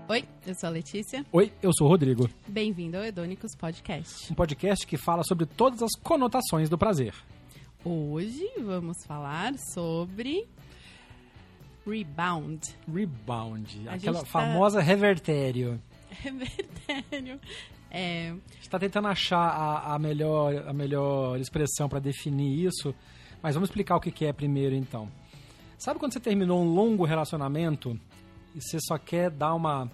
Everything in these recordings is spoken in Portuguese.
Oi, eu sou a Letícia. Oi, eu sou o Rodrigo. Bem-vindo ao Hedônicos Podcast. Um podcast que fala sobre todas as conotações do prazer. Hoje vamos falar sobre rebound. Rebound, aquela famosa revertério. Revertério. A gente está tentando achar a melhor expressão para definir isso, mas vamos explicar o que é primeiro então. Sabe quando você terminou um longo relacionamento e você só quer dar uma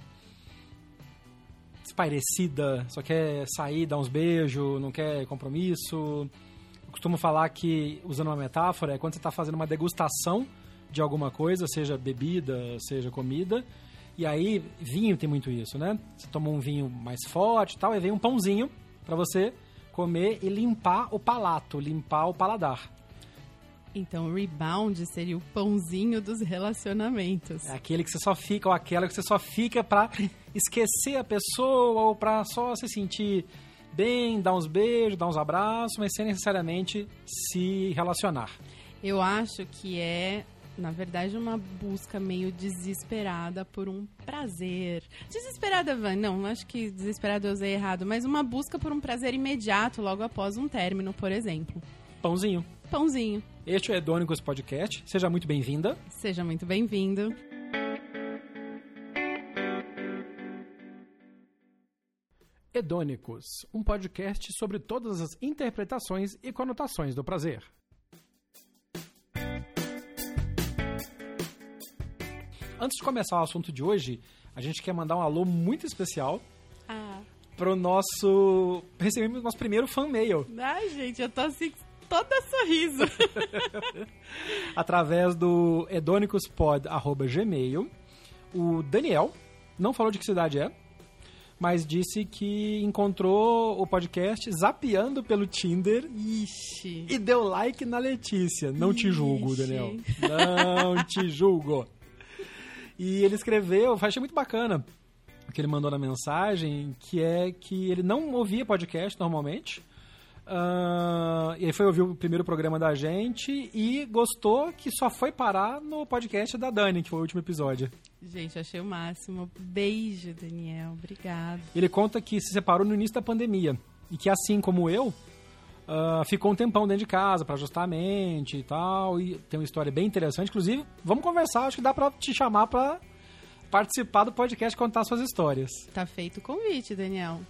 espairecida, só quer sair, dar uns beijos, não quer compromisso? Eu costumo falar que, usando uma metáfora, é quando você está fazendo uma degustação de alguma coisa, seja bebida, seja comida, e aí vinho tem muito isso, né? Você toma um vinho mais forte e tal, e vem um pãozinho para você comer e limpar o palato, limpar o paladar. Então, o rebound seria o pãozinho dos relacionamentos. É aquele que você só fica, ou aquela que você só fica pra esquecer a pessoa, ou pra só se sentir bem, dar uns beijos, dar uns abraços, mas sem necessariamente se relacionar. Eu acho que é, na verdade, uma busca meio desesperada por um prazer. Desesperada, não, acho que desesperada eu usei errado, mas uma busca por um prazer imediato logo após um término, por exemplo. Pãozinho. Pãozinho. Este é o Hedônicos Podcast. Seja muito bem-vinda. Seja muito bem-vindo. Hedônicos, um podcast sobre todas as interpretações e conotações do prazer. Antes de começar o assunto de hoje, a gente quer mandar um alô muito especial pro nosso... Recebemos nosso primeiro fan mail. Ai, gente, eu tô assim... toda sorriso. Através do hedonicospod@gmail. O Daniel não falou de que cidade é, mas disse que encontrou o podcast zapeando pelo Tinder. Ixi. E deu like na Letícia. Não te julgo, Daniel. Não te julgo. E ele escreveu, achei muito bacana o que ele mandou na mensagem, que é que ele não ouvia podcast normalmente. E aí foi ouvir o primeiro programa da gente e gostou, que só foi parar no podcast da Dani, que foi o último episódio. Gente, achei o máximo. Beijo, Daniel. Obrigado. Ele conta que se separou no início da pandemia e que, assim como eu, ficou um tempão dentro de casa para ajustar a mente e tal. E tem uma história bem interessante. Inclusive, vamos conversar. Acho que dá para te chamar para participar do podcast e contar suas histórias. Tá feito o convite, Daniel.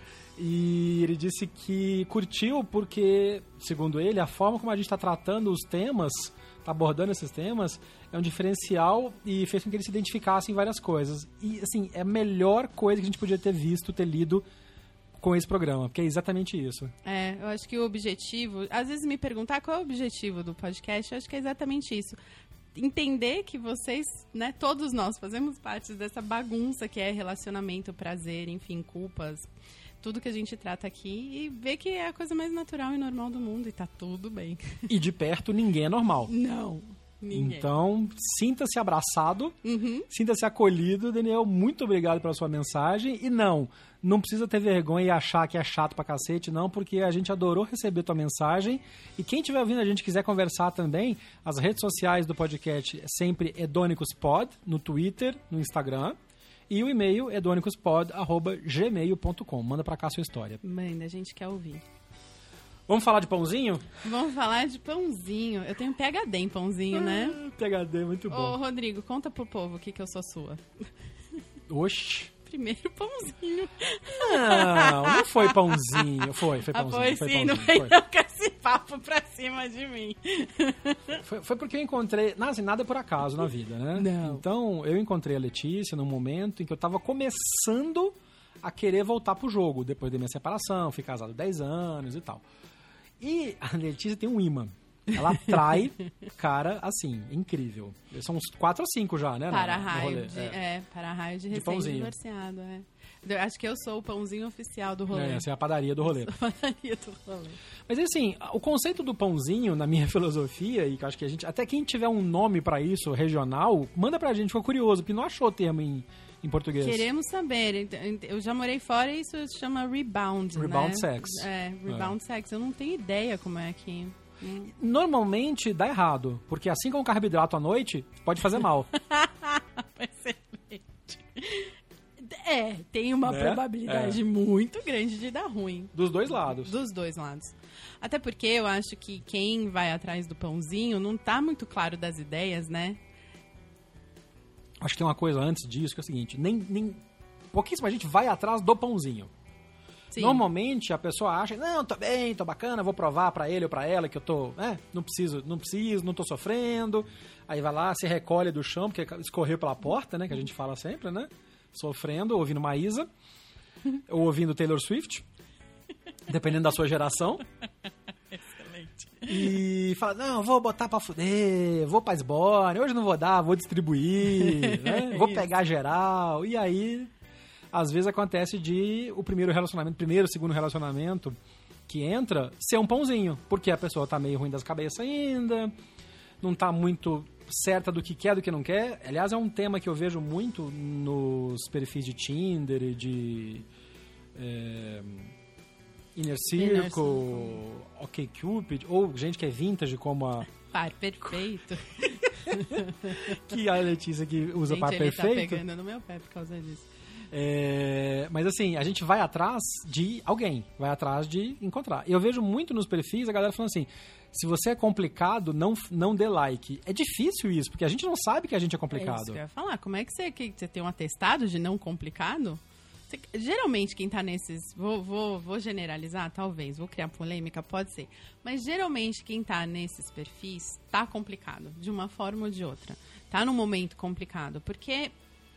E ele disse que curtiu porque, segundo ele, a forma como a gente está tratando os temas, está abordando esses temas, é um diferencial e fez com que ele se identificasse em várias coisas. E, assim, é a melhor coisa que a gente podia ter visto, ter lido com esse programa, porque é exatamente isso. Eu acho que o objetivo... Às vezes me perguntar qual é o objetivo do podcast, eu acho que é exatamente isso. Entender que vocês, né, todos nós fazemos parte dessa bagunça que é relacionamento, prazer, enfim, culpas... tudo que a gente trata aqui e ver que é a coisa mais natural e normal do mundo e tá tudo bem. E de perto ninguém é normal. Não, ninguém. Então, sinta-se abraçado, sinta-se acolhido. Daniel, muito obrigado pela sua mensagem. E não precisa ter vergonha e achar que é chato pra cacete, não, porque a gente adorou receber tua mensagem. E quem estiver ouvindo a gente quiser conversar também, as redes sociais do podcast é sempre hedonicospod, no Twitter, no Instagram. E o e-mail é hedonicospod@gmail.com. Manda pra cá a sua história. Manda, a gente quer ouvir. Vamos falar de pãozinho? Vamos falar de pãozinho. Eu tenho PhD em pãozinho, né? PhD, muito bom. Ô, Rodrigo, conta pro povo o que eu sou sua. Oxi. Primeiro pãozinho. Não foi pãozinho. Foi pãozinho. Foi sim, não veio com esse papo pra cima de mim. Foi porque eu encontrei... nada por acaso na vida, né? Não. Então, eu encontrei a Letícia num momento em que eu tava começando a querer voltar pro jogo, depois da minha separação, fui casado 10 anos e tal. E a Letícia tem um imã. Ela atrai cara, assim, incrível. São uns 4 ou 5 já, né? Para-raio de recém-divorciado, Acho que eu sou o pãozinho oficial do rolê. Essa é a padaria do rolê. A padaria do rolê. Mas assim, o conceito do pãozinho, na minha filosofia, e que acho que a gente... Até quem tiver um nome pra isso, regional, manda pra gente, ficou curioso, porque não achou o termo em português. Queremos saber. Eu já morei fora e isso se chama rebound, Rebound né? sex. Rebound sex. Eu não tenho ideia como é que... Normalmente dá errado, porque assim como carboidrato à noite, pode fazer mal. Excelente. Tem uma né? probabilidade muito grande de dar ruim. Dos dois lados. Dos dois lados. Até porque eu acho que quem vai atrás do pãozinho não tá muito claro das ideias, né? Acho que tem uma coisa antes disso, que é o seguinte, pouquíssima gente vai atrás do pãozinho. Sim. Normalmente a pessoa acha, não, tô bem, tô bacana, vou provar pra ele ou pra ela que eu tô, não preciso, não tô sofrendo. Aí vai lá, se recolhe do chão, porque escorreu pela porta, né, que a gente fala sempre, né? Sofrendo, ouvindo Maísa, ou ouvindo Taylor Swift, dependendo da sua geração. Excelente. E fala, não, vou botar pra fuder, vou pra esborne, hoje não vou dar, vou distribuir, né? Vou pegar geral. E aí, às vezes acontece de o primeiro, segundo relacionamento que entra, ser um pãozinho. Porque a pessoa tá meio ruim das cabeças ainda, não tá muito certa do que quer, do que não quer. Aliás, é um tema que eu vejo muito nos perfis de Tinder e de Inner Circle, OkCupid, ou gente que é vintage como a... Par perfeito. que a Letícia que usa par ele perfeito. Tá pegando no meu pé por causa disso. Mas assim, a gente vai atrás de alguém, vai atrás de encontrar. Eu vejo muito nos perfis a galera falando assim, se você é complicado, não dê like. É difícil isso, porque a gente não sabe que a gente é complicado. É isso que eu ia falar. Como é que você tem um atestado de não complicado? Geralmente quem tá nesses... Vou generalizar, talvez. Vou criar polêmica, pode ser. Mas geralmente quem tá nesses perfis tá complicado, de uma forma ou de outra. Tá num momento complicado. Porque...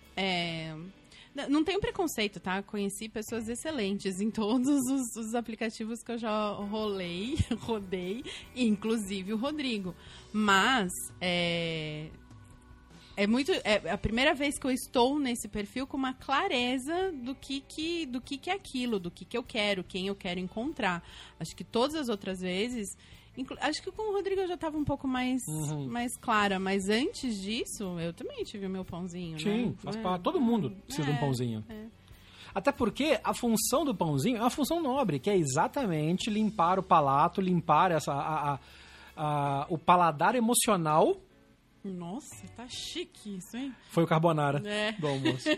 Não tenho preconceito, tá? Conheci pessoas excelentes em todos os aplicativos que eu já rodei, inclusive o Rodrigo. Mas, é a primeira vez que eu estou nesse perfil com uma clareza do que é aquilo, do que eu quero, quem eu quero encontrar. Acho que todas as outras vezes... Acho que com o Rodrigo eu já estava um pouco mais clara, mas antes disso, eu também tive o meu pãozinho, Sim, né? faz parte. Todo mundo precisa de um pãozinho. Até porque a função do pãozinho é uma função nobre, que é exatamente limpar o palato, limpar o paladar emocional. Nossa, tá chique isso, hein? Foi o carbonara do almoço.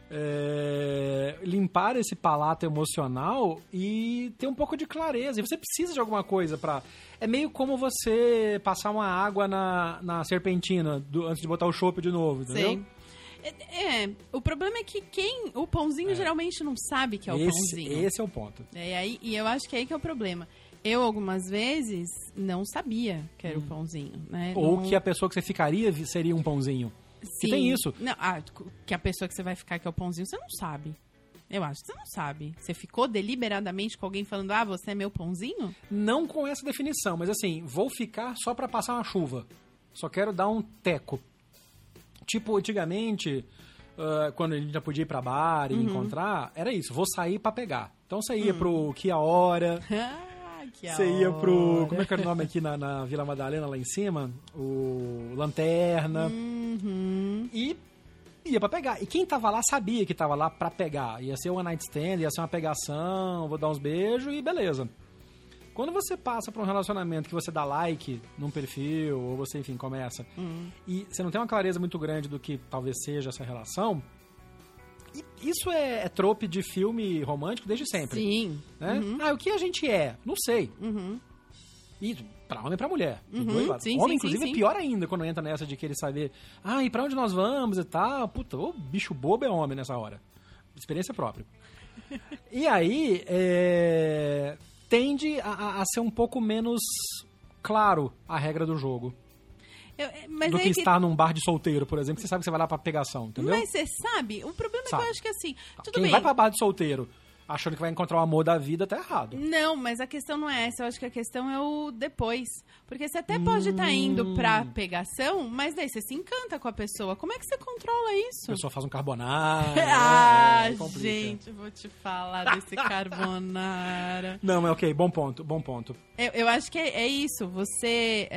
Limpar esse palato emocional e ter um pouco de clareza. E você precisa de alguma coisa pra... É meio como você passar uma água na serpentina antes de botar o chopp de novo, entendeu? Sim. O problema é que o pãozinho geralmente não sabe que é o pãozinho. Esse é o ponto. E eu acho que é aí que é o problema. Eu, algumas vezes, não sabia que era o pãozinho, né? Ou que a pessoa que você ficaria seria um pãozinho. Sim. Que tem isso. Não, que a pessoa que você vai ficar que é o pãozinho, você não sabe. Eu acho que você não sabe. Você ficou deliberadamente com alguém falando, você é meu pãozinho? Não com essa definição, mas assim, vou ficar só pra passar uma chuva. Só quero dar um teco. Tipo, antigamente, quando a gente já podia ir pra bar e encontrar, era isso, vou sair pra pegar. Então você ia pro Que a Hora... Você ia pro... Como é que era o nome aqui na Vila Madalena, lá em cima? O Lanterna. E ia pra pegar. E quem tava lá sabia que tava lá pra pegar. Ia ser one night stand, ia ser uma pegação, vou dar uns beijos e beleza. Quando você passa pra um relacionamento que você dá like num perfil, ou você, enfim, começa, e você não tem uma clareza muito grande do que talvez seja essa relação... Isso é trope de filme romântico desde sempre. Sim. Né? O que a gente é? Não sei. E pra homem e pra mulher. Sim, homem, inclusive, é pior ainda quando entra nessa de querer saber e pra onde nós vamos e tal. Puta, o bicho bobo é homem nessa hora. Experiência própria. E aí, tende a ser um pouco menos claro a regra do jogo. Do que estar num bar de solteiro, por exemplo, você sabe que você vai lá pra pegação, entendeu? Mas você sabe, o problema é que eu acho que assim, tudo Quem bem. vai pra bar de solteiro achando que vai encontrar o amor da vida, tá errado. Não, mas a questão não é essa, eu acho que a questão é o depois. Porque você até pode estar indo pra pegação, mas daí você se encanta com a pessoa. Como é que você controla isso? A pessoa faz um carbonara. Gente, vou te falar desse carbonara. Não, mas ok, bom ponto. Eu acho que é isso, você...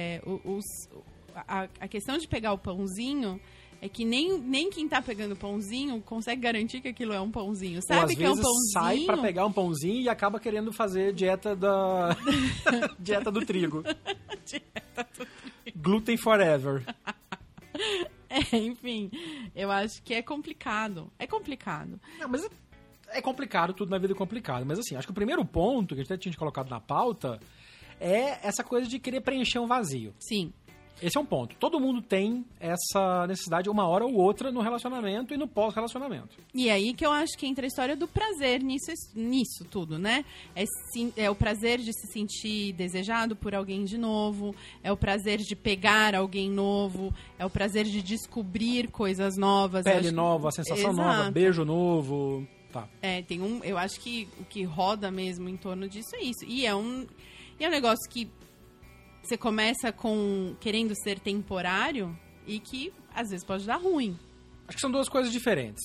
A questão de pegar o pãozinho é que nem quem tá pegando o pãozinho consegue garantir que aquilo é um pãozinho. Sabe ou, às que é um vezes, pãozinho? sai pra pegar um pãozinho e acaba querendo fazer dieta dieta do trigo. Dieta do trigo. Gluten forever. Enfim, eu acho que é complicado. É complicado. Não, mas é complicado, tudo na vida é complicado. Mas assim, acho que o primeiro ponto que a gente até tinha colocado na pauta é essa coisa de querer preencher um vazio. Sim. Esse é um ponto. Todo mundo tem essa necessidade uma hora ou outra no relacionamento e no pós-relacionamento. E aí que eu acho que entra a história do prazer nisso tudo, né? É o prazer de se sentir desejado por alguém de novo, é o prazer de pegar alguém novo, é o prazer de descobrir coisas novas. Pele nova, sensação nova, beijo novo. Tá. Eu acho que o que roda mesmo em torno disso é isso. E é um negócio que você começa querendo ser temporário e que às vezes pode dar ruim. Acho que são duas coisas diferentes.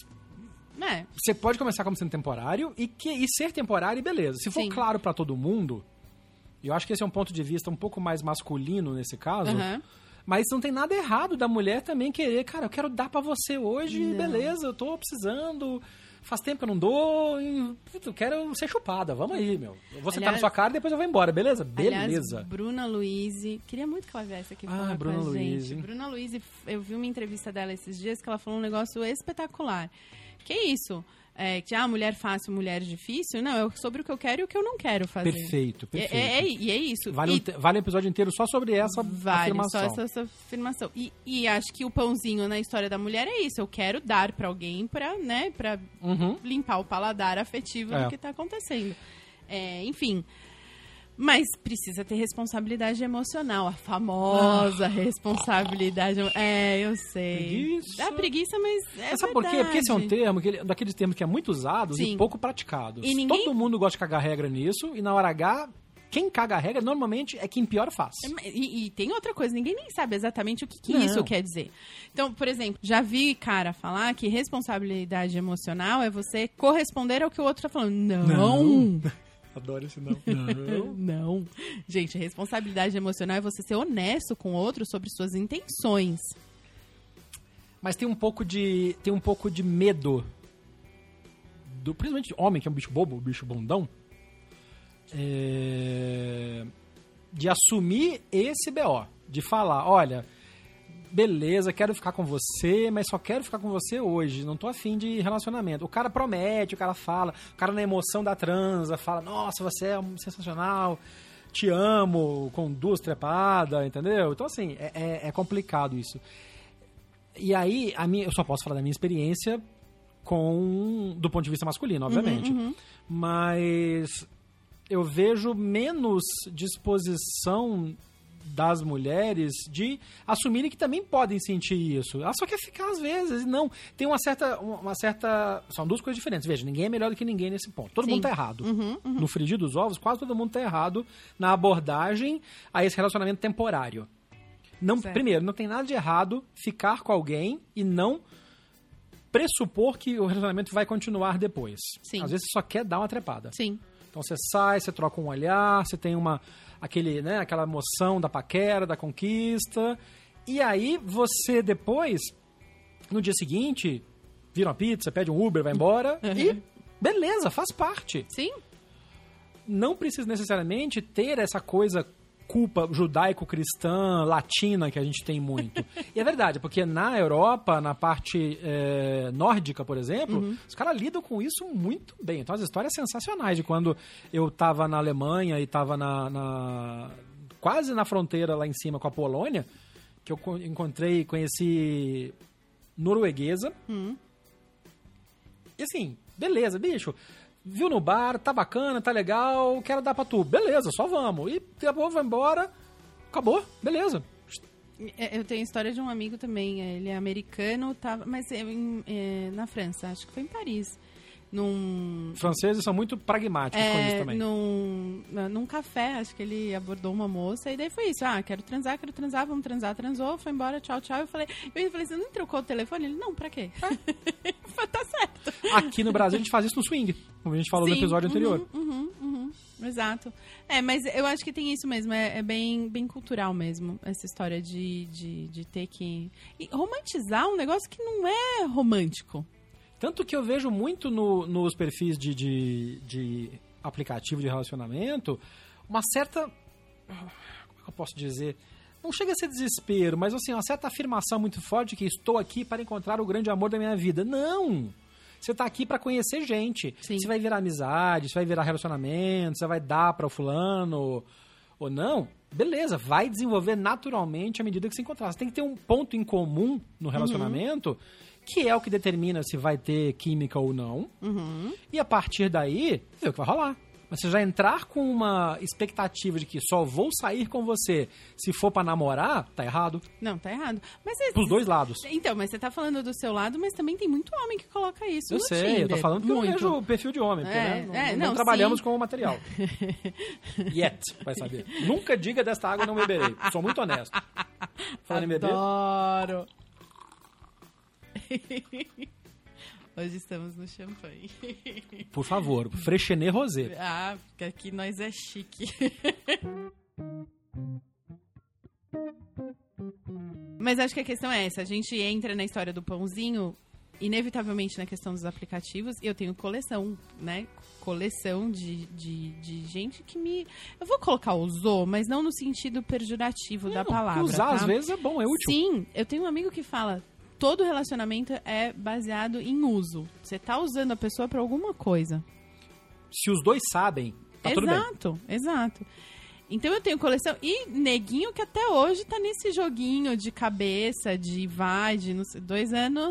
Você pode começar como sendo temporário e ser temporário, beleza. Se for claro pra todo mundo, eu acho que esse é um ponto de vista um pouco mais masculino nesse caso, mas não tem nada errado da mulher também querer, cara, eu quero dar pra você hoje, beleza, eu tô precisando, faz tempo que eu não dou, eu quero ser chupada, vamos aí, meu. Eu vou sentar na sua cara e depois eu vou embora, beleza? Beleza. Aliás, Bruna Luiz, queria muito que ela viesse aqui falar com a gente. Bruna Luiz, eu vi uma entrevista dela esses dias que ela falou um negócio espetacular. Que é isso? Mulher fácil, mulher difícil? Não, é sobre o que eu quero e o que eu não quero fazer. Perfeito. E é isso. Vale um episódio inteiro só sobre essa afirmação. Só essa afirmação. E acho que o pãozinho na história da mulher é isso. Eu quero dar pra alguém pra limpar o paladar afetivo do que tá acontecendo. Enfim... Mas precisa ter responsabilidade emocional. A famosa responsabilidade... eu sei. Preguiça. Dá preguiça, mas sabe por quê? Porque esse é um termo, daqueles termos que é muito usado e pouco praticado. Todo mundo gosta de cagar regra nisso, e na hora H, quem caga a regra normalmente é quem pior faz. E tem outra coisa, ninguém nem sabe exatamente o que isso quer dizer. Então, por exemplo, já vi cara falar que responsabilidade emocional é você corresponder ao que o outro tá falando. Não. Adoro esse não. Não. Gente, responsabilidade emocional é você ser honesto com o outro sobre suas intenções. Mas tem um pouco de medo, principalmente homem, que é um bicho bobo, um bicho bondão, de assumir esse BO. De falar, olha, beleza, quero ficar com você, mas só quero ficar com você hoje, não tô afim de relacionamento. O cara promete, o cara fala, o cara na emoção da transa fala, nossa, você é sensacional, te amo, com 2 trepadas, entendeu? Então, assim, é complicado isso. E aí, eu só posso falar da minha experiência do ponto de vista masculino, obviamente. Mas eu vejo menos disposição das mulheres de assumirem que também podem sentir isso. Ela só quer ficar às vezes. Não, tem uma certa... São duas coisas diferentes. Veja, ninguém é melhor do que ninguém nesse ponto. Todo mundo tá errado. No frigir dos ovos, quase todo mundo tá errado na abordagem a esse relacionamento temporário. Primeiro, não tem nada de errado ficar com alguém e não pressupor que o relacionamento vai continuar depois. Sim. Às vezes você só quer dar uma trepada. Sim. Então você sai, você troca um olhar, você tem aquela emoção da paquera, da conquista. E aí você depois, no dia seguinte, vira uma pizza, pede um Uber, vai embora e beleza, faz parte. Sim. Não precisa necessariamente ter essa coisa culpa judaico-cristã, latina, que a gente tem muito. E é verdade, porque na Europa, na parte nórdica, por exemplo, os caras lidam com isso muito bem. Então, as histórias sensacionais de quando eu estava na Alemanha e estava quase na fronteira lá em cima com a Polônia, que eu conheci norueguesa. E assim, beleza, bicho. Viu no bar, tá bacana, tá legal, quero dar pra tu. Beleza, só vamos. E acabou, vai embora. Acabou, beleza. Eu tenho a história de um amigo também. Ele é americano, mas na França, acho que foi em Paris. Franceses são muito pragmáticos com isso também. Num café, acho que ele abordou uma moça e daí foi isso. Quero transar, vamos transar. Transou, foi embora, tchau, tchau. Eu falei, você não trocou o telefone? Ele, não, pra quê? Tá certo. Aqui no Brasil a gente faz isso no swing, como a gente falou no episódio anterior. Exato. Mas eu acho que tem isso mesmo, é bem, bem cultural mesmo, essa história de ter que... E romantizar um negócio que não é romântico. Tanto que eu vejo muito nos perfis de aplicativo de relacionamento uma certa... Como é que eu posso dizer? Não chega a ser desespero, mas assim, uma certa afirmação muito forte que estou aqui para encontrar o grande amor da minha vida. Não! Você tá aqui pra conhecer gente. Sim. Você vai virar amizade, você vai virar relacionamento, você vai dar pra o fulano ou não. Beleza, vai desenvolver naturalmente à medida que se encontrar. Você tem que ter um ponto em comum no relacionamento, que é o que determina se vai ter química ou não. E a partir daí, ver o que vai rolar. Mas você já entrar com uma expectativa de que só vou sair com você se for pra namorar, tá errado. Não, tá errado. Mas Pros dois lados. Então, mas você tá falando do seu lado, mas também tem muito homem que coloca isso Eu no sei, Tinder. eu tô falando que eu Muito. vejo o perfil de homem, porque né, não não, trabalhamos sim. com o material. Yet, vai saber. Nunca diga desta água não beberei. Sou muito honesto. Falando em beber... Adoro! Hoje estamos no champanhe. Por favor, Freixenet Rosé. Ah, porque aqui nós é chique. Mas acho que a questão é essa. A gente entra na história do pãozinho, inevitavelmente na questão dos aplicativos, e eu tenho coleção, né? Coleção de gente que me... Eu vou colocar usou, mas não no sentido pejorativo da palavra. Usar tá? às vezes é bom, é útil. Sim, eu tenho um amigo que fala... Todo relacionamento é baseado em uso. Você tá usando a pessoa pra alguma coisa. Se os dois sabem, tá tudo bem. Exato. Então eu tenho coleção. E neguinho que até hoje tá nesse joguinho de cabeça, de não sei, 2 anos.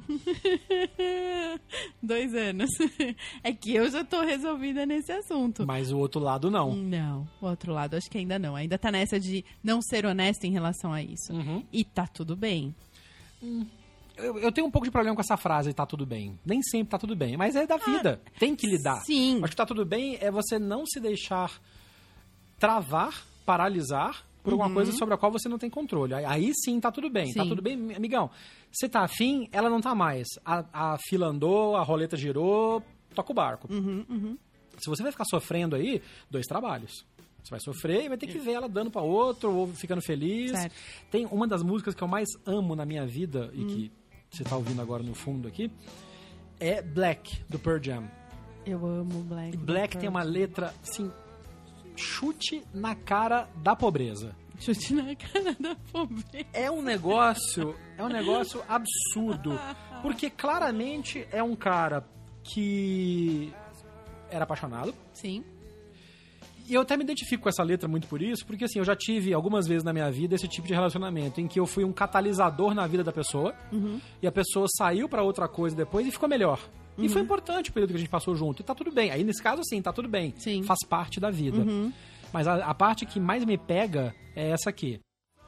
2 anos. É que eu já tô resolvida nesse assunto. Mas o outro lado não. Não, o outro lado acho que ainda não. Ainda tá nessa de não ser honesto em relação a isso. E tá tudo bem. Eu tenho um pouco de problema com essa frase, tá tudo bem. Nem sempre tá tudo bem, mas é da vida. Tem que lidar. Sim. Acho que tá tudo bem é você não se deixar travar, paralisar por alguma coisa sobre a qual você não tem controle. Aí sim tá tudo bem. Sim. Tá tudo bem, amigão. Você tá afim, ela não tá mais. A fila andou, a roleta girou, toca o barco. Se você vai ficar sofrendo aí, 2 trabalhos. Você vai sofrer e vai ter que ver ela dando pra outro ou ficando feliz. Certo. Tem uma das músicas que eu mais amo na minha vida e que você tá ouvindo agora no fundo aqui, é Black, do Pearl Jam. Eu amo Black. Black tem uma letra, assim, chute na cara da pobreza. Chute na cara da pobreza. É um negócio absurdo. Porque claramente é um cara que era apaixonado. Sim. E eu até me identifico com essa letra muito por isso, porque assim, eu já tive algumas vezes na minha vida esse tipo de relacionamento em que eu fui um catalisador na vida da pessoa e a pessoa saiu pra outra coisa depois e ficou melhor. E foi importante o período que a gente passou junto. E tá tudo bem. Aí nesse caso, sim, tá tudo bem. Sim. Faz parte da vida. Mas a parte que mais me pega é essa aqui.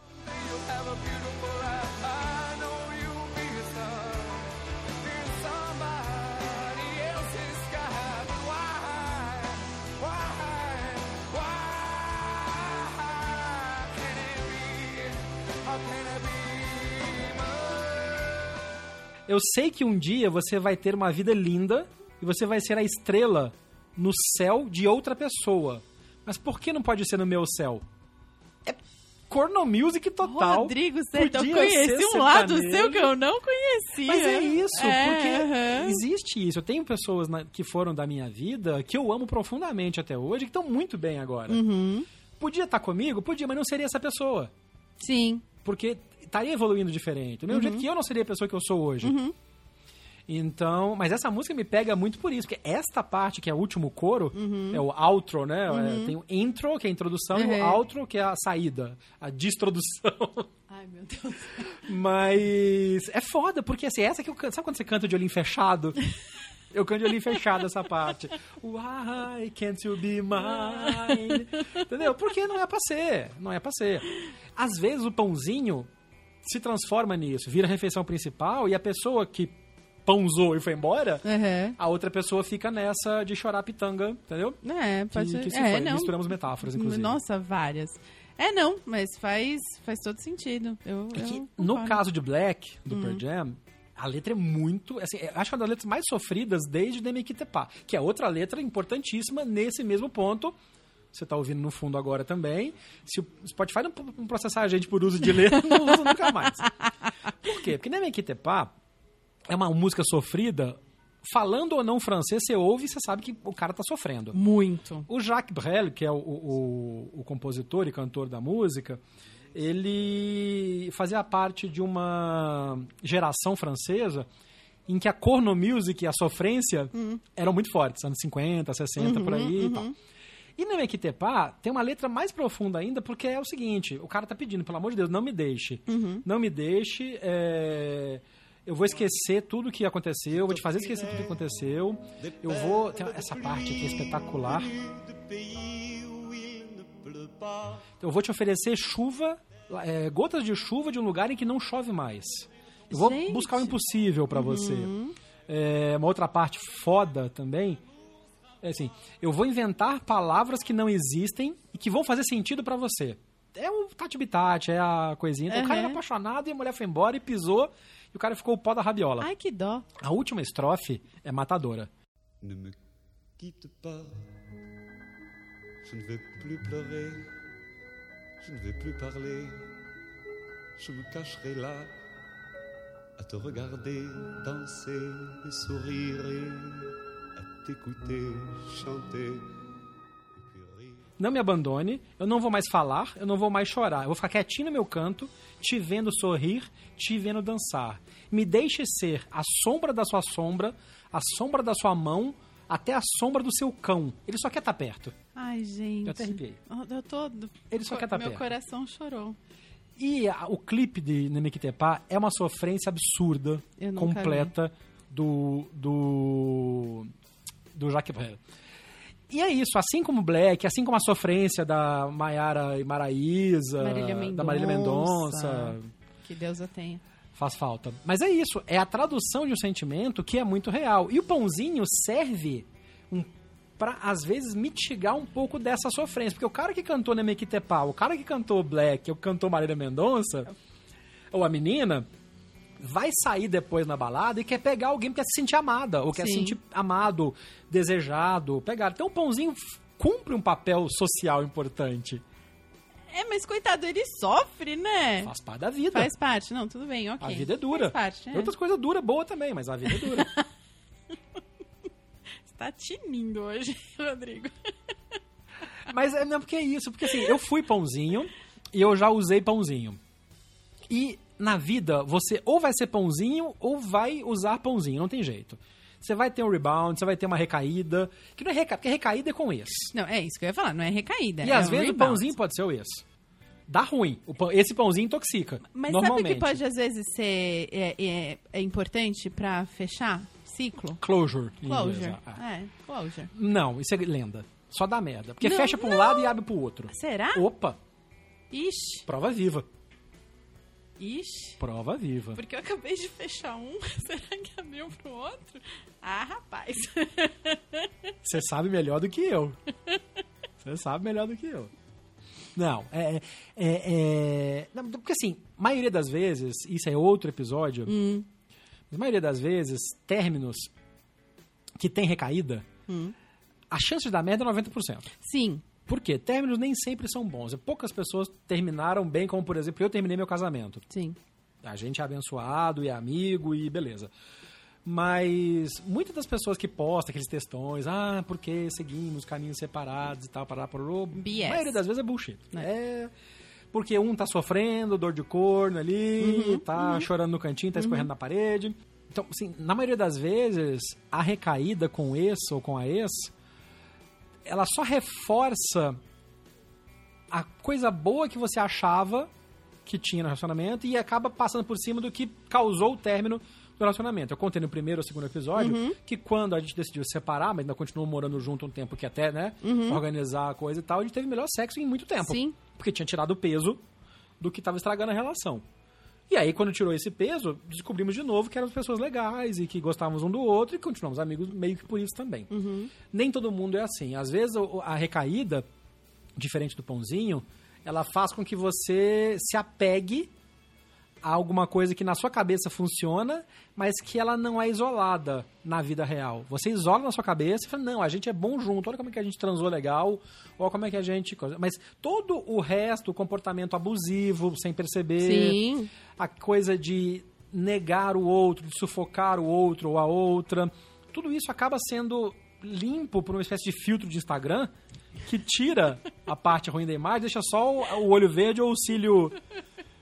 Eu sei que um dia você vai ter uma vida linda e você vai ser a estrela no céu de outra pessoa. Mas por que não pode ser no meu céu? É corno music total. Rodrigo, você Podia conheci ser um lado sertanejo. seu que eu não conhecia. Mas é isso, porque aham. existe isso. Eu tenho pessoas que foram da minha vida que eu amo profundamente até hoje, que estão muito bem agora. Podia estar comigo? Podia, mas não seria essa pessoa. Sim. Porque estaria evoluindo diferente. Do mesmo jeito que eu não seria a pessoa que eu sou hoje. Então, mas essa música me pega muito por isso, porque esta parte, que é o último coro, é o outro, né? Tem o intro, que é a introdução, e o outro, que é a saída, a desintrodução. Ai, meu Deus. Mas é foda, porque assim, essa que eu canto. Sabe quando você canta de olhinho fechado? Eu canto de olhinho fechado essa parte. Why can't you be mine? Entendeu? Porque não é pra ser. Não é pra ser. Às vezes o pãozinho se transforma nisso, vira a refeição principal e a pessoa que pãozou e foi embora, a outra pessoa fica nessa de chorar pitanga, entendeu? É, pode ser. Que se foi. Misturamos metáforas, inclusive. Nossa, várias. Não, mas faz todo sentido. No caso de Black, do Pearl Jam, a letra é muito... Assim, acho que é uma das letras mais sofridas desde Nemekitepa, que é outra letra importantíssima nesse mesmo ponto. Você tá ouvindo no fundo agora também. Se o Spotify não processar a gente por uso de letra, não usa nunca mais. Por quê? Porque Nemekitepa é uma música sofrida. Falando ou não francês, você ouve e você sabe que o cara tá sofrendo. Muito. O Jacques Brel, que é o compositor e cantor da música, ele fazia parte de uma geração francesa em que a corno music e a sofrência eram muito fortes, anos 50, 60, por aí e tal. E no Mequitepá tem uma letra mais profunda ainda, porque é o seguinte, o cara tá pedindo, pelo amor de Deus, não me deixe. Não me deixe, eu vou esquecer tudo que aconteceu, eu vou te fazer esquecer tudo que aconteceu. Eu vou... Tem essa parte aqui espetacular. Eu vou te oferecer chuva, gotas de chuva de um lugar em que não chove mais. Eu vou buscar o impossível pra você. Uma outra parte foda também é assim, eu vou inventar palavras que não existem e que vão fazer sentido pra você. É o tati-bitati, é a coisinha. Então, o cara era apaixonado e a mulher foi embora e pisou e o cara ficou o pó da rabiola. Ai, que dó. A última estrofe é matadora. Ne me quitte pas. Je ne vais plus pleurer. Je ne vais plus parler. Je me cacherai là à te regarder danser et sourire et à t'écouter chanter. Não me abandone, eu não vou mais falar, eu não vou mais chorar. Eu vou ficar quietinho no meu canto, te vendo sorrir, te vendo dançar. Me deixe ser a sombra da sua sombra, a sombra da sua mão, até a sombra do seu cão. Ele só quer estar perto. Ai, gente. Eu até arrepiei. Eu tô... Ele só quer estar perto. Meu coração chorou. E o clipe de Nemequitepá é uma sofrência absurda, completa do Jacques Brel. E é isso, assim como Black, assim como a sofrência da Maiara e Maraísa, da Marília Mendonça. Que Deus a tenha. Faz falta. Mas é isso, é a tradução de um sentimento que é muito real. E o Pãozinho serve pra, às vezes, mitigar um pouco dessa sofrência. Porque o cara que cantou Nemequitepá, o cara que cantou Black, ou que cantou Marília Mendonça, ou a menina, vai sair depois na balada e quer pegar alguém porque quer se sentir amada, ou quer se sentir amado, desejado, pegar. Então o Pãozinho cumpre um papel social importante. Mas coitado, ele sofre, né? Faz parte da vida. Faz parte, não, tudo bem, ok. A vida é dura. Faz parte, Tem outras coisas duras, boas também, mas a vida é dura. Você tá tinindo hoje, Rodrigo. Mas não, porque é isso, porque assim, eu fui Pãozinho e eu já usei Pãozinho. E na vida, você ou vai ser Pãozinho ou vai usar Pãozinho, não tem jeito. Você vai ter um rebound, você vai ter uma recaída, que não é recaída, porque recaída é com ex. Não, é isso que eu ia falar, não é recaída. E às vezes o Pãozinho pode ser o ex. Dá ruim, esse Pãozinho intoxica. Mas normalmente. Sabe que pode às vezes ser importante pra fechar ciclo? Closure. Closure. Closure. Não, isso é lenda. Só dá merda. Porque fecha pra um lado e abre pro outro. Será? Opa. Ixi. Prova viva. Ixi. Prova viva. Porque eu acabei de fechar um, será que abriu pro outro? Ah, rapaz. Você sabe melhor do que eu. Você sabe melhor do que eu. Não, não, porque assim, maioria das vezes, isso é outro episódio, mas a maioria das vezes, términos que tem recaída, a chance de dar merda é 90%. Sim. Por quê? Términos nem sempre são bons. Poucas pessoas terminaram bem, como por exemplo, eu terminei meu casamento. Sim. A gente é abençoado e é amigo e beleza. Mas muitas das pessoas que postam aqueles textões, porque seguimos caminhos separados e tal, a maioria das vezes é bullshit. Porque um tá sofrendo, dor de corno ali, tá chorando no cantinho, tá escorrendo na parede. Então, assim, na maioria das vezes, a recaída com o ex ou com a ex, ela só reforça a coisa boa que você achava que tinha no relacionamento e acaba passando por cima do que causou o término do relacionamento. Eu contei no primeiro ou segundo episódio que quando a gente decidiu se separar, mas ainda continuou morando junto um tempo que até, né, organizar a coisa e tal, a gente teve melhor sexo em muito tempo. Sim. Porque tinha tirado o peso do que estava estragando a relação. E aí, quando tirou esse peso, descobrimos de novo que éramos pessoas legais e que gostávamos um do outro e continuamos amigos meio que por isso também. Nem todo mundo é assim. Às vezes, a recaída, diferente do Pãozinho, ela faz com que você se apegue a alguma coisa que na sua cabeça funciona, mas que ela não é isolada na vida real. Você isola na sua cabeça e fala, não, a gente é bom junto, olha como é que a gente transou legal, olha como é que a gente... Mas todo o resto, o comportamento abusivo, sem perceber, sim, a coisa de negar o outro, de sufocar o outro ou a outra, tudo isso acaba sendo limpo por uma espécie de filtro de Instagram que tira a parte ruim da imagem, deixa só o olho verde ou o cílio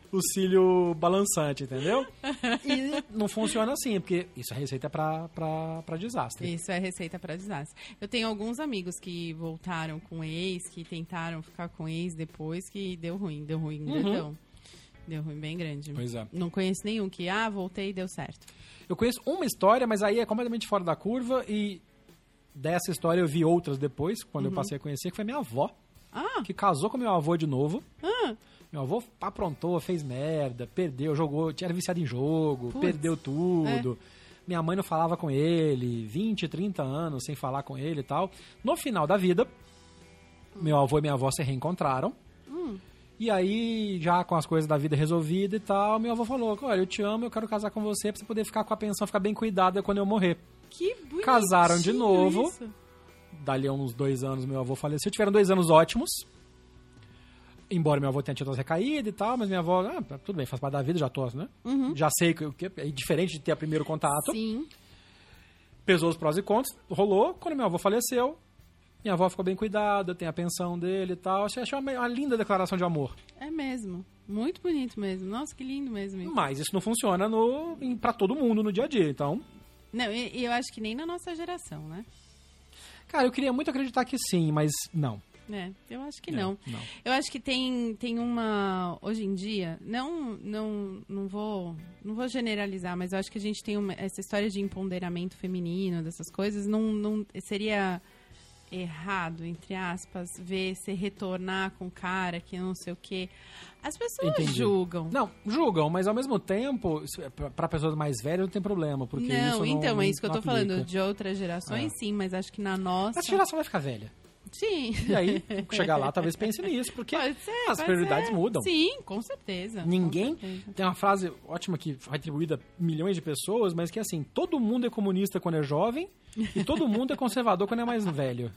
o cílio balançante, entendeu? E não funciona assim, porque isso é receita pra desastre. Isso é receita para desastre. Eu tenho alguns amigos que voltaram com ex, que tentaram ficar com ex depois, que deu ruim grandão. Deu ruim bem grande. Pois é. Não conheço nenhum que, voltei e deu certo. Eu conheço uma história, mas aí é completamente fora da curva, e dessa história eu vi outras depois, quando eu passei a conhecer, que foi minha avó, que casou com meu avô de novo. Meu avô aprontou, fez merda, perdeu, jogou, era viciado em jogo, perdeu tudo. Minha mãe não falava com ele, 20, 30 anos sem falar com ele e tal. No final da vida, meu avô e minha avó se reencontraram. E aí, já com as coisas da vida resolvidas e tal, meu avô falou, olha, eu te amo, eu quero casar com você pra você poder ficar com a pensão, ficar bem cuidada quando eu morrer. Que bonitinho. Casaram de novo. Isso. Dali a uns 2 anos, meu avô faleceu. Tiveram 2 anos ótimos. Embora meu avô tenha tido as recaídas e tal, mas minha avó, tudo bem, faz parte da vida, já tô, né? Já sei que é diferente de ter o primeiro contato. Sim. Pesou os prós e contras, rolou. Quando meu avô faleceu, minha avó ficou bem cuidada, tem a pensão dele e tal. Achei uma linda declaração de amor. É mesmo. Muito bonito mesmo. Nossa, que lindo mesmo. Isso. Mas isso não funciona pra todo mundo no dia a dia, então... Não, e eu acho que nem na nossa geração, né? Cara, eu queria muito acreditar que sim, mas não. Eu acho que não. Eu acho que tem uma... Hoje em dia, não vou generalizar, mas eu acho que a gente tem essa história de empoderamento feminino, dessas coisas, não seria errado, entre aspas, ver se retornar com o cara que não sei o quê. As pessoas julgam. Não, julgam, mas ao mesmo tempo, para pessoas mais velhas não tem problema, porque isso não é isso que eu tô falando. De outras gerações, sim, mas acho que na nossa... Essa geração vai ficar velha. Sim. E aí, chegar lá, talvez pense nisso, porque as prioridades mudam. Sim, com certeza. Ninguém... Com certeza. Tem uma frase ótima que foi atribuída a milhões de pessoas, mas que é assim, todo mundo é comunista quando é jovem e todo mundo é conservador quando é mais velho.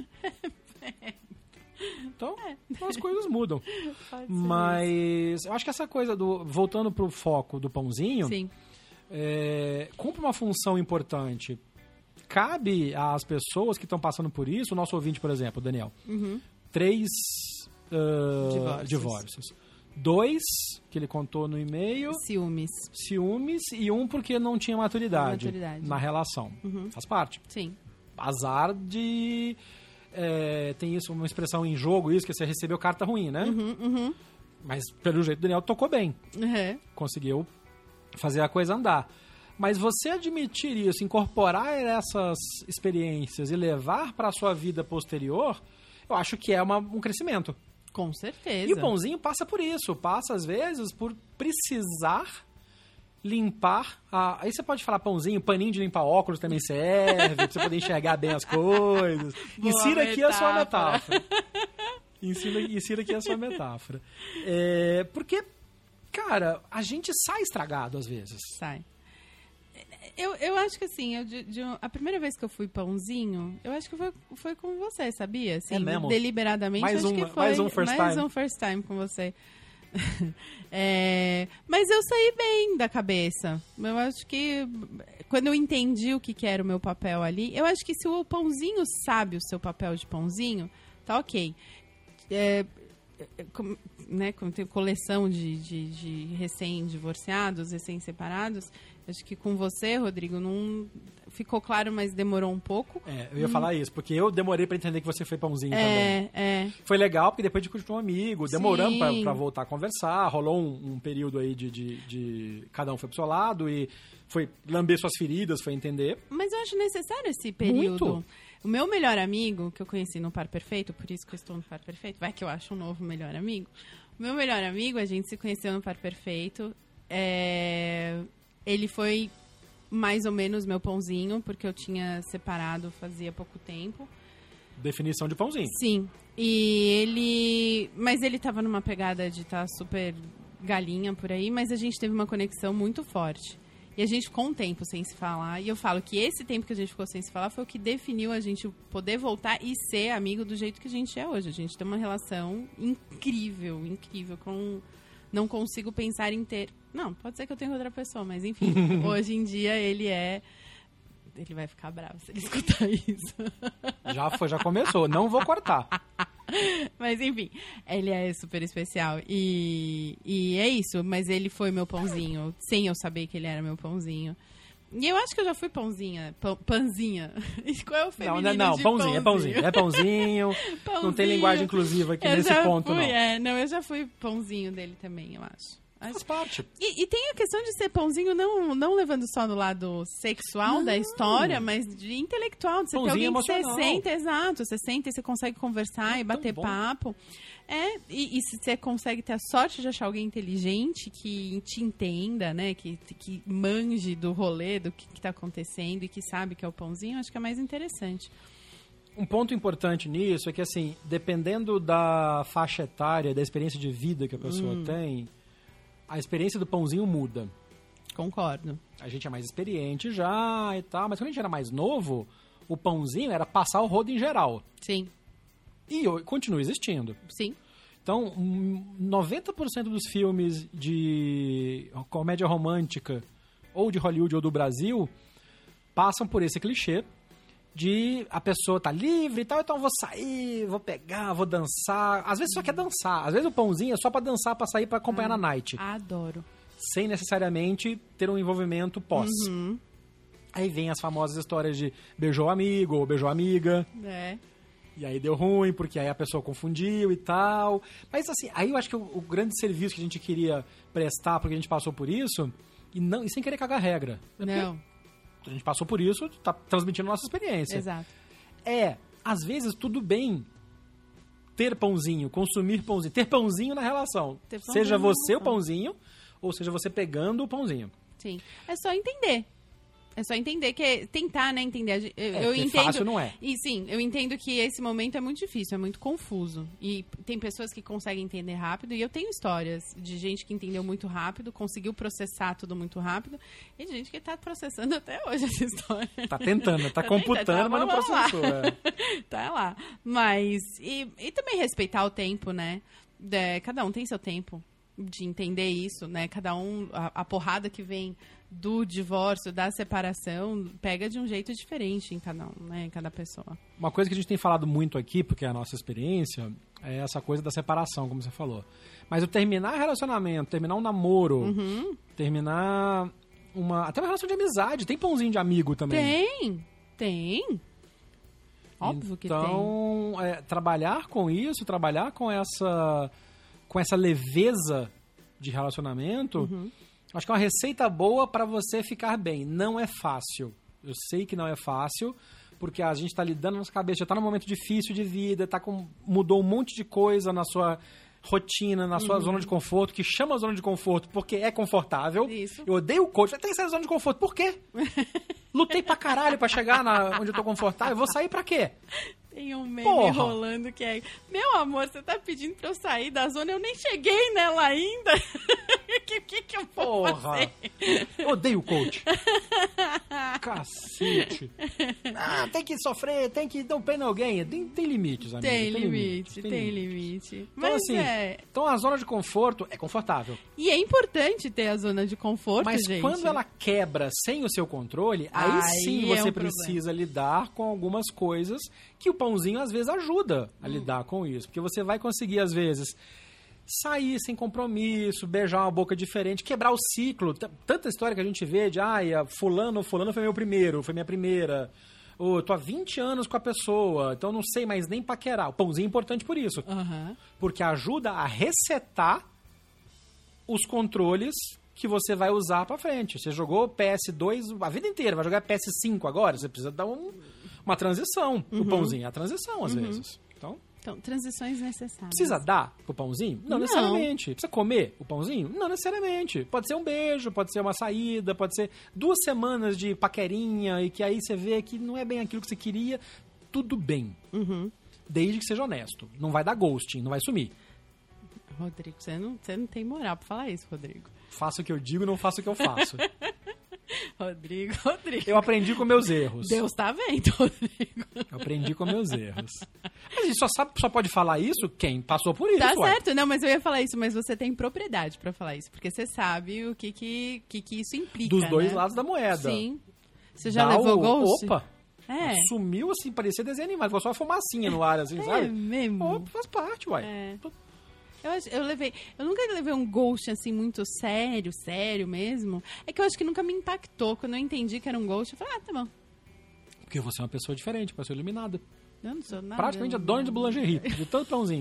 Então, as coisas mudam. Mas eu acho que essa coisa voltando pro foco do pãozinho, sim. Cumpre uma função importante. Cabe às pessoas que estão passando por isso, o nosso ouvinte, por exemplo, Daniel, 3 divórcios. 2, que ele contou no e-mail. Ciúmes e 1 porque não tinha maturidade na relação. Faz parte. Sim. Azar de... tem isso, uma expressão em jogo, isso, que você recebeu carta ruim, né? Mas, pelo jeito, o Daniel tocou bem. Conseguiu fazer a coisa andar. Mas você admitir isso, incorporar essas experiências e levar para a sua vida posterior, eu acho que é um crescimento. Com certeza. E o pãozinho passa por isso. Passa, às vezes, por precisar limpar... Aí você pode falar pãozinho, paninho de limpar óculos também serve, para você poder enxergar bem as coisas. Insira aqui a sua metáfora. Insira aqui a sua metáfora. Porque, cara, a gente sai estragado às vezes. Sai. Eu acho que assim, a primeira vez que eu fui pãozinho, eu acho que foi com você, sabia? Assim, mesmo? Deliberadamente, mais acho que foi mais um first time com você. Mas eu saí bem da cabeça. Eu acho que quando eu entendi o que era o meu papel ali, eu acho que se o pãozinho sabe o seu papel de pãozinho, tá ok. Como tem coleção de recém-divorciados, recém-separados, acho que com você, Rodrigo, não ficou claro, mas demorou um pouco. Eu ia falar isso, porque eu demorei pra entender que você foi pãozinho também. Foi legal, porque depois a gente continuou amigo, demoramos pra voltar a conversar, rolou um período aí de cada um foi pro seu lado e foi lamber suas feridas, foi entender. Mas eu acho necessário esse período. Muito. O meu melhor amigo, que eu conheci no Par Perfeito, por isso que eu estou no Par Perfeito, vai que eu acho um novo melhor amigo. O meu melhor amigo, a gente se conheceu no Par Perfeito. Ele foi mais ou menos meu pãozinho, porque eu tinha separado fazia pouco tempo. Definição de pãozinho. Sim. Mas ele tava numa pegada de estar super galinha por aí, mas a gente teve uma conexão muito forte. E a gente ficou um tempo sem se falar. E eu falo que esse tempo que a gente ficou sem se falar foi o que definiu a gente poder voltar e ser amigo do jeito que a gente é hoje. A gente tem uma relação incrível, incrível. Não consigo pensar em ter... Não, pode ser que eu tenha outra pessoa, mas enfim. Hoje em dia ele vai ficar bravo se ele escutar isso. Já começou. Não vou cortar. Mas enfim, ele é super especial. E é isso, mas ele foi meu pãozinho, sem eu saber que ele era meu pãozinho. E eu acho que eu já fui pãozinha. Panzinha. Qual é o feminino Não, de pãozinho. É pãozinho. Não tem linguagem inclusiva aqui nesse ponto, não. Eu já fui pãozinho dele também, eu acho. Faz parte. E tem a questão de ser pãozinho, não levando só do lado sexual da história, mas de intelectual, de você ter alguém emocional. Que você senta, exato, você senta e você consegue conversar e bater papo. E se você consegue ter a sorte de achar alguém inteligente que te entenda, né, que manje do rolê, do que tá acontecendo e que sabe que é o pãozinho, acho que é mais interessante. Um ponto importante nisso é que, assim, dependendo da faixa etária, da experiência de vida que a pessoa tem, a experiência do pãozinho muda. Concordo. A gente é mais experiente já e tal, mas quando a gente era mais novo, o pãozinho era passar o rodo em geral. Sim. E continua existindo. Sim. Então, 90% dos filmes de comédia romântica, ou de Hollywood ou do Brasil, passam por esse clichê de a pessoa tá livre e tal, então eu vou sair, vou pegar, vou dançar. Às vezes só quer dançar. Às vezes o pãozinho é só pra dançar, pra sair, pra acompanhar na night. Adoro. Sem necessariamente ter um envolvimento pós. Aí vem as famosas histórias de beijou amigo ou beijou amiga. E aí deu ruim, porque aí a pessoa confundiu e tal. Mas assim, aí eu acho que o grande serviço que a gente queria prestar, porque a gente passou por isso, e sem querer cagar regra. Não. A gente passou por isso, tá transmitindo nossa experiência. Exato. Às vezes, tudo bem ter pãozinho, consumir pãozinho, ter pãozinho na relação. Seja você o pãozinho, ou seja você pegando o pãozinho. Sim. É só entender. É só entender que tentar, né, entender. Eu entendo. Fácil não é. E sim, eu entendo que esse momento é muito difícil, é muito confuso. E tem pessoas que conseguem entender rápido, e eu tenho histórias de gente que entendeu muito rápido, conseguiu processar tudo muito rápido, e de gente que tá processando até hoje essa história. Tá tentando, tá computando, mas não processou. Tá lá. Mas, e também respeitar o tempo, né? Cada um tem seu tempo de entender isso, né? Cada um, a porrada que vem do divórcio, da separação, pega de um jeito diferente em cada um, né? Em cada pessoa. Uma coisa que a gente tem falado muito aqui, porque é a nossa experiência, é essa coisa da separação, como você falou. Mas o terminar relacionamento, terminar um namoro, terminar até uma relação de amizade, tem pãozinho de amigo também. Tem. Óbvio que tem. Então, trabalhar com isso, trabalhar com essa leveza de relacionamento, acho que é uma receita boa para você ficar bem. Não é fácil. Eu sei que não é fácil, porque a gente está lidando na nossa cabeça, já está num momento difícil de vida, mudou um monte de coisa na sua rotina, na sua zona de conforto, que chama zona de conforto porque é confortável. Isso. Eu odeio o coach. Tem que sair da zona de conforto. Por quê? Lutei pra caralho pra chegar onde eu tô confortável. Eu vou sair pra quê? Tem um meme rolando que é: meu amor, você tá pedindo pra eu sair da zona, eu nem cheguei nela ainda. que eu vou fazer? Eu odeio o coach. Cacete. Tem que sofrer, tem que dar um pé em alguém. Tem limites, amigo. Tem limite. Então, mas assim, então a zona de conforto é confortável. E é importante ter a zona de conforto, mas gente. Quando ela quebra sem o seu controle, aí sim você precisa lidar com algumas coisas que o pãozinho às vezes ajuda a lidar com isso. Porque você vai conseguir, às vezes, sair sem compromisso, beijar uma boca diferente, quebrar o ciclo. Tanta história que a gente vê de fulano foi meu primeiro, foi minha primeira. Ou tô há 20 anos com a pessoa, então não sei mais nem paquerar. O pãozinho é importante por isso. Porque ajuda a resetar os controles que você vai usar pra frente. Você jogou PS2 a vida inteira, vai jogar PS5 agora, você precisa dar uma transição. O pãozinho é a transição, às vezes. Então, transições necessárias. Precisa dar o pãozinho? Não necessariamente. Precisa comer o pãozinho? Não necessariamente. Pode ser um beijo, pode ser uma saída, pode ser 2 semanas de paquerinha e que aí você vê que não é bem aquilo que você queria. Tudo bem. Desde que seja honesto. Não vai dar ghosting, não vai sumir. Rodrigo, você não tem moral pra falar isso, Rodrigo. Faço o que eu digo, não faço o que eu faço. Rodrigo. Eu aprendi com meus erros. Deus tá vendo, Rodrigo. Eu aprendi com meus erros. Mas a gente só pode falar isso quem passou por isso. Tá certo, não, mas eu ia falar isso, mas você tem propriedade pra falar isso, porque você sabe o que isso implica, dos dois lados da moeda. Sim. Você já levou ghost? Opa! Sumiu, assim, parecia desenho animado. Ficou só uma fumacinha no ar, assim, sabe? É mesmo. Faz parte, uai. Eu nunca levei um ghost, assim, muito sério mesmo. É que eu acho que nunca me impactou. Quando eu entendi que era um ghost, eu falei, tá bom. Porque você é uma pessoa diferente, uma pessoa iluminada. Eu não sou nada. Praticamente a dona de boulangerie, de tanto pãozinho.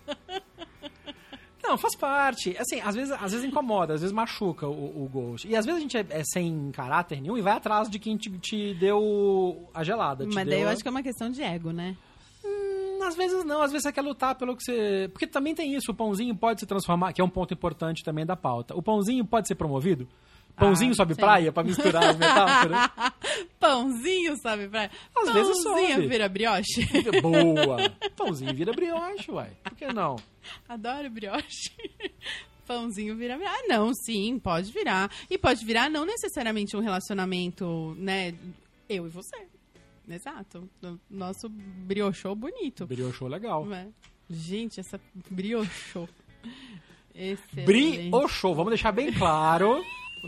Não, faz parte. Assim, às vezes incomoda, às vezes machuca o ghost. E às vezes a gente é sem caráter nenhum e vai atrás de quem te deu a gelada. Mas daí eu acho que é uma questão de ego, né? Às vezes não, às vezes você quer lutar pelo que você... Porque também tem isso, o pãozinho pode se transformar, que é um ponto importante também da pauta. O pãozinho pode ser promovido? Pãozinho sobe sim. praia pra misturar as metáforas? Pãozinho sobe praia? Às vezes sobe. Pãozinho vira brioche? Boa! Pãozinho vira brioche, uai. Por que não? Adoro brioche. Pãozinho vira... Ah, não, sim, pode virar. E pode virar não necessariamente um relacionamento, né, eu e você. Exato. Nosso briochou bonito. Briochou legal. Gente, essa briochou. Briochou, vamos deixar bem claro.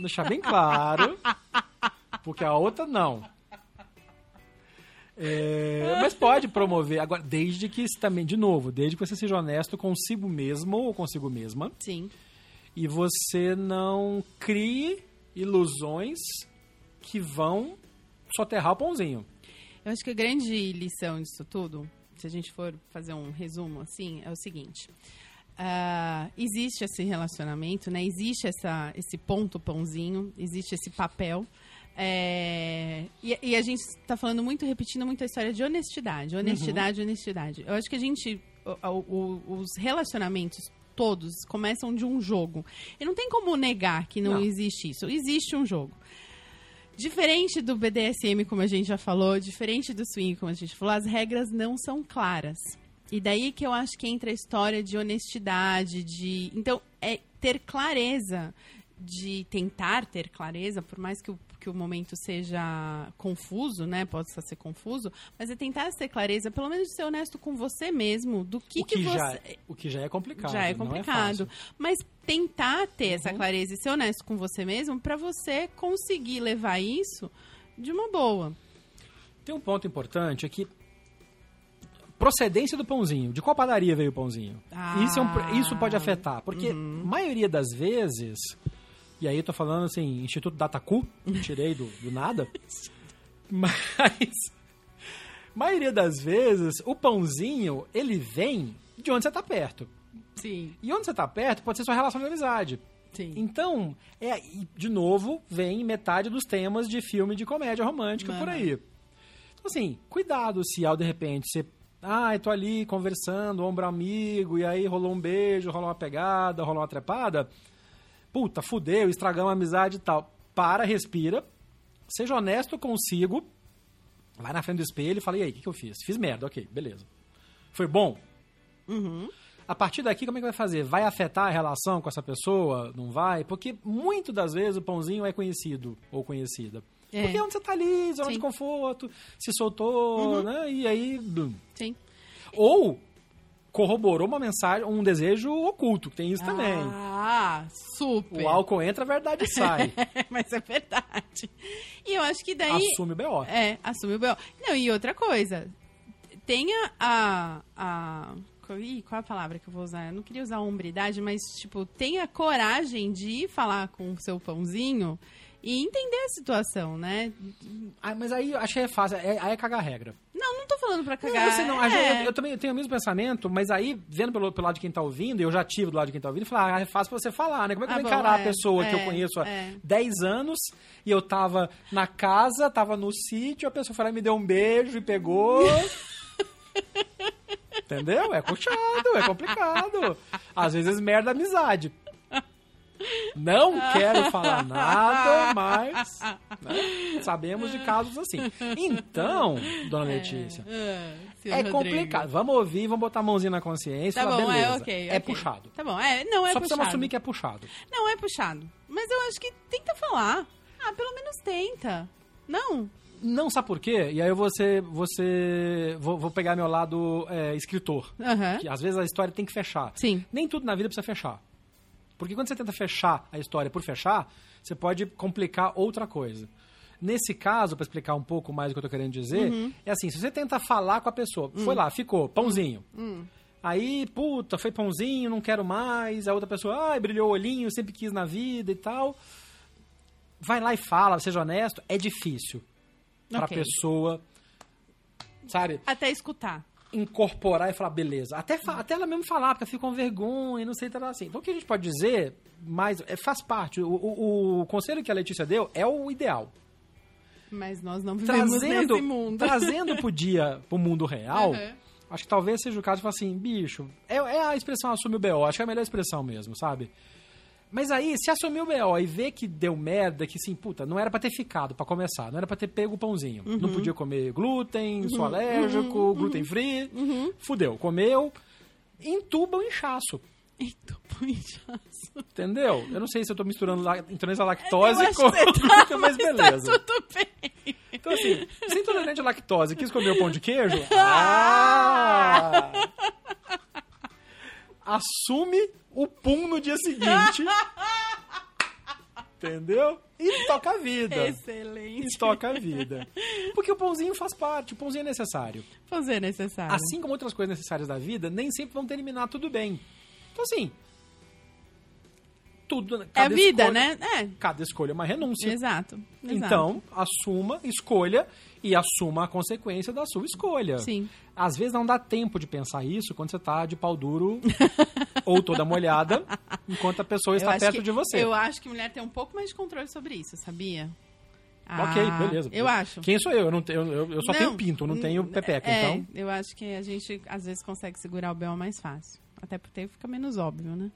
Porque a outra não. Mas pode promover. Agora, desde que também, de novo, desde que você seja honesto consigo mesmo ou consigo mesma. Sim. E você não crie ilusões que vão soterrar o pãozinho. Eu acho que a grande lição disso tudo, se a gente for fazer um resumo assim, é o seguinte. Existe esse relacionamento, né? Existe esse ponto pãozinho, existe esse papel. E a gente está falando muito, repetindo muito a história de honestidade. Honestidade. Eu acho que os relacionamentos todos começam de um jogo. E não tem como negar que não existe isso. Existe um jogo. Diferente do BDSM, como a gente já falou, diferente do swing, como a gente falou, as regras não são claras. E daí que eu acho que entra a história de honestidade, Então, é ter clareza, de tentar ter clareza, por mais que o momento seja confuso, né? Possa ser confuso, mas é tentar ter clareza, pelo menos de ser honesto com você mesmo, do que você... O que já é complicado. Já é complicado. Não é fácil. Mas tentar ter essa clareza e ser honesto com você mesmo para você conseguir levar isso de uma boa. Tem um ponto importante aqui. Procedência do pãozinho. De qual padaria veio o pãozinho? Isso pode afetar. Porque, maioria das vezes... E aí eu tô falando, assim, Instituto Dataku, tirei do nada. Mas, maioria das vezes, o pãozinho, ele vem de onde você tá perto. Sim. E onde você tá perto pode ser sua relação de amizade. Sim. Então, de novo, vem metade dos temas de filme de comédia romântica por aí. Então, assim, cuidado se de repente você... eu tô ali conversando, ombro amigo, e aí rolou um beijo, rolou uma pegada, rolou uma trepada... Puta, fudeu, estragamos a amizade e tal. Para, respira, seja honesto consigo, vai na frente do espelho e fala, e aí, o que eu fiz? Fiz merda, ok, beleza. Foi bom? A partir daqui, como é que vai fazer? Vai afetar a relação com essa pessoa? Não vai? Porque, muito das vezes, o pãozinho é conhecido ou conhecida. Porque é onde você tá ali, zona de conforto, se soltou, né? E aí... Blum. Sim. Ou... corroborou uma mensagem, um desejo oculto, que tem isso também. Super. O álcool entra, a verdade sai. Mas é verdade. E eu acho que daí... Assume o B.O. Assume o B.O. Não, e outra coisa, tenha qual é a palavra que eu vou usar? Eu não queria usar a hombridade, mas, tipo, tenha coragem de ir falar com o seu pãozinho e entender a situação, né? Mas aí achei fácil, aí é cagar a regra. Não tô falando pra cagar. Eu também tenho o mesmo pensamento, mas aí, vendo pelo lado de quem tá ouvindo, eu já tive do lado de quem tá ouvindo, é fácil pra você falar, né? Como é que eu vou encarar a pessoa que eu conheço há 10 anos e eu tava na casa, tava no sítio, a pessoa foi lá e me deu um beijo e pegou... Entendeu? É puxado, é complicado. Às vezes merda amizade. Não quero falar nada, mas sabemos de casos assim. Então, dona Letícia, é complicado. Vamos ouvir, vamos botar a mãozinha na consciência. Tá bom, beleza. É puxado. Tá bom, não é puxado. Só precisamos assumir que é puxado. Não é puxado. Mas eu acho que tenta falar. Pelo menos tenta. Não, sabe por quê? E aí vou pegar meu lado escritor. Que às vezes a história tem que fechar. Sim. Nem tudo na vida precisa fechar. Porque quando você tenta fechar a história por fechar, você pode complicar outra coisa. Nesse caso, para explicar um pouco mais o que eu tô querendo dizer, é assim, se você tenta falar com a pessoa, foi lá, ficou, pãozinho. Aí, puta, foi pãozinho, não quero mais. A outra pessoa, brilhou o olhinho, sempre quis na vida e tal. Vai lá e fala, seja honesto, é difícil pra pessoa, sabe? Até escutar. Incorporar e falar, beleza. Até ela mesmo falar, porque fica com vergonha, não sei, assim. Então, o que a gente pode dizer, mas faz parte. O conselho que a Letícia deu é o ideal. Mas nós não vivemos nesse mundo. Trazendo pro mundo real, acho que talvez seja o caso de falar assim, bicho, é a expressão assumir o BO, acho que é a melhor expressão mesmo, sabe? Mas aí, se assumir o BO e ver que deu merda, que assim, puta, não era pra ter ficado, pra começar, não era pra ter pego o pãozinho. Não podia comer glúten, sou alérgico, glúten free, fudeu, comeu, entuba o inchaço. Entuba o inchaço. Entendeu? Eu não sei se eu tô misturando intolerância à lactose com glúten, tá, mas beleza. Tá tudo bem. Então assim, se intolerante à lactose quis comer o pão de queijo, assume o pum no dia seguinte. Entendeu? E toca a vida. Excelente. E toca a vida. Porque o pãozinho faz parte, o pãozinho é necessário. Pãozinho é necessário. Assim como outras coisas necessárias da vida, nem sempre vão terminar tudo bem. Então assim, tudo... É a vida, né? Cada escolha é uma renúncia. Exato. Então, assuma, escolha e assuma a consequência da sua escolha. Sim. Às vezes não dá tempo de pensar isso quando você tá de pau duro ou toda molhada, enquanto a pessoa está perto de você. Eu acho que mulher tem um pouco mais de controle sobre isso, sabia? Ok, beleza. Eu acho. Quem sou eu? Eu só tenho pinto, não tenho pepeca, então... Eu acho que a gente, às vezes, consegue segurar o B.O. mais fácil. Até porque fica menos óbvio, né?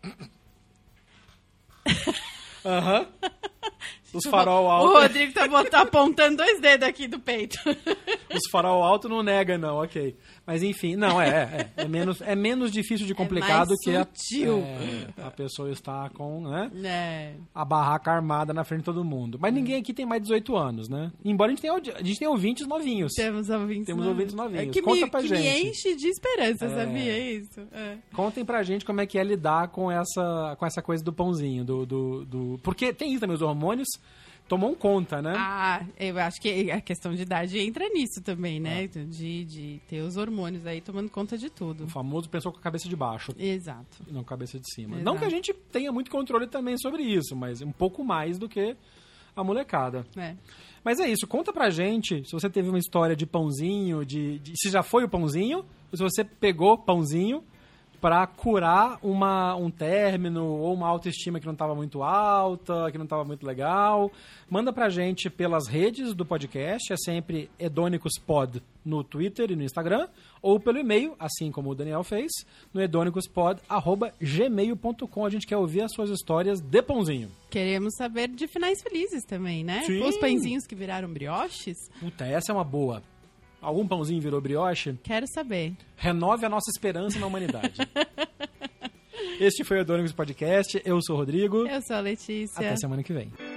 Os farol alto. O Rodrigo tá apontando 2 dedos aqui do peito. Os farol alto não nega, não, ok. Mas enfim, não, é menos difícil de complicado que a pessoa está com, né? A barraca armada na frente de todo mundo. Mas ninguém aqui tem mais de 18 anos, né? Embora a gente tenha ouvintes novinhos. Temos ouvintes novinhos. Conta pra gente. Me enche de esperança, sabia isso? Contem pra gente como é que é lidar com essa coisa do pãozinho, porque tem isso também, os hormônios tomam conta, né? Eu acho que a questão de idade entra nisso também, né? De ter os hormônios aí tomando conta de tudo. O famoso pensou com a cabeça de baixo. Exato. E não com a cabeça de cima. Exato. Não que a gente tenha muito controle também sobre isso, mas um pouco mais do que a molecada. Mas é isso, conta pra gente se você teve uma história de pãozinho, se já foi o pãozinho, ou se você pegou pãozinho para curar um término ou uma autoestima que não estava muito alta, que não estava muito legal. Manda pra gente pelas redes do podcast, é sempre hedonicospod no Twitter e no Instagram, ou pelo e-mail, assim como o Daniel fez, no hedonicospod@gmail.com. A gente quer ouvir as suas histórias de pãozinho. Queremos saber de finais felizes também, né? Sim. Os pãezinhos que viraram brioches. Puta, essa é uma boa. Algum pãozinho virou brioche? Quero saber. Renove a nossa esperança na humanidade. Este foi o Hedônicos Podcast. Eu sou o Rodrigo. Eu sou a Letícia. Até semana que vem.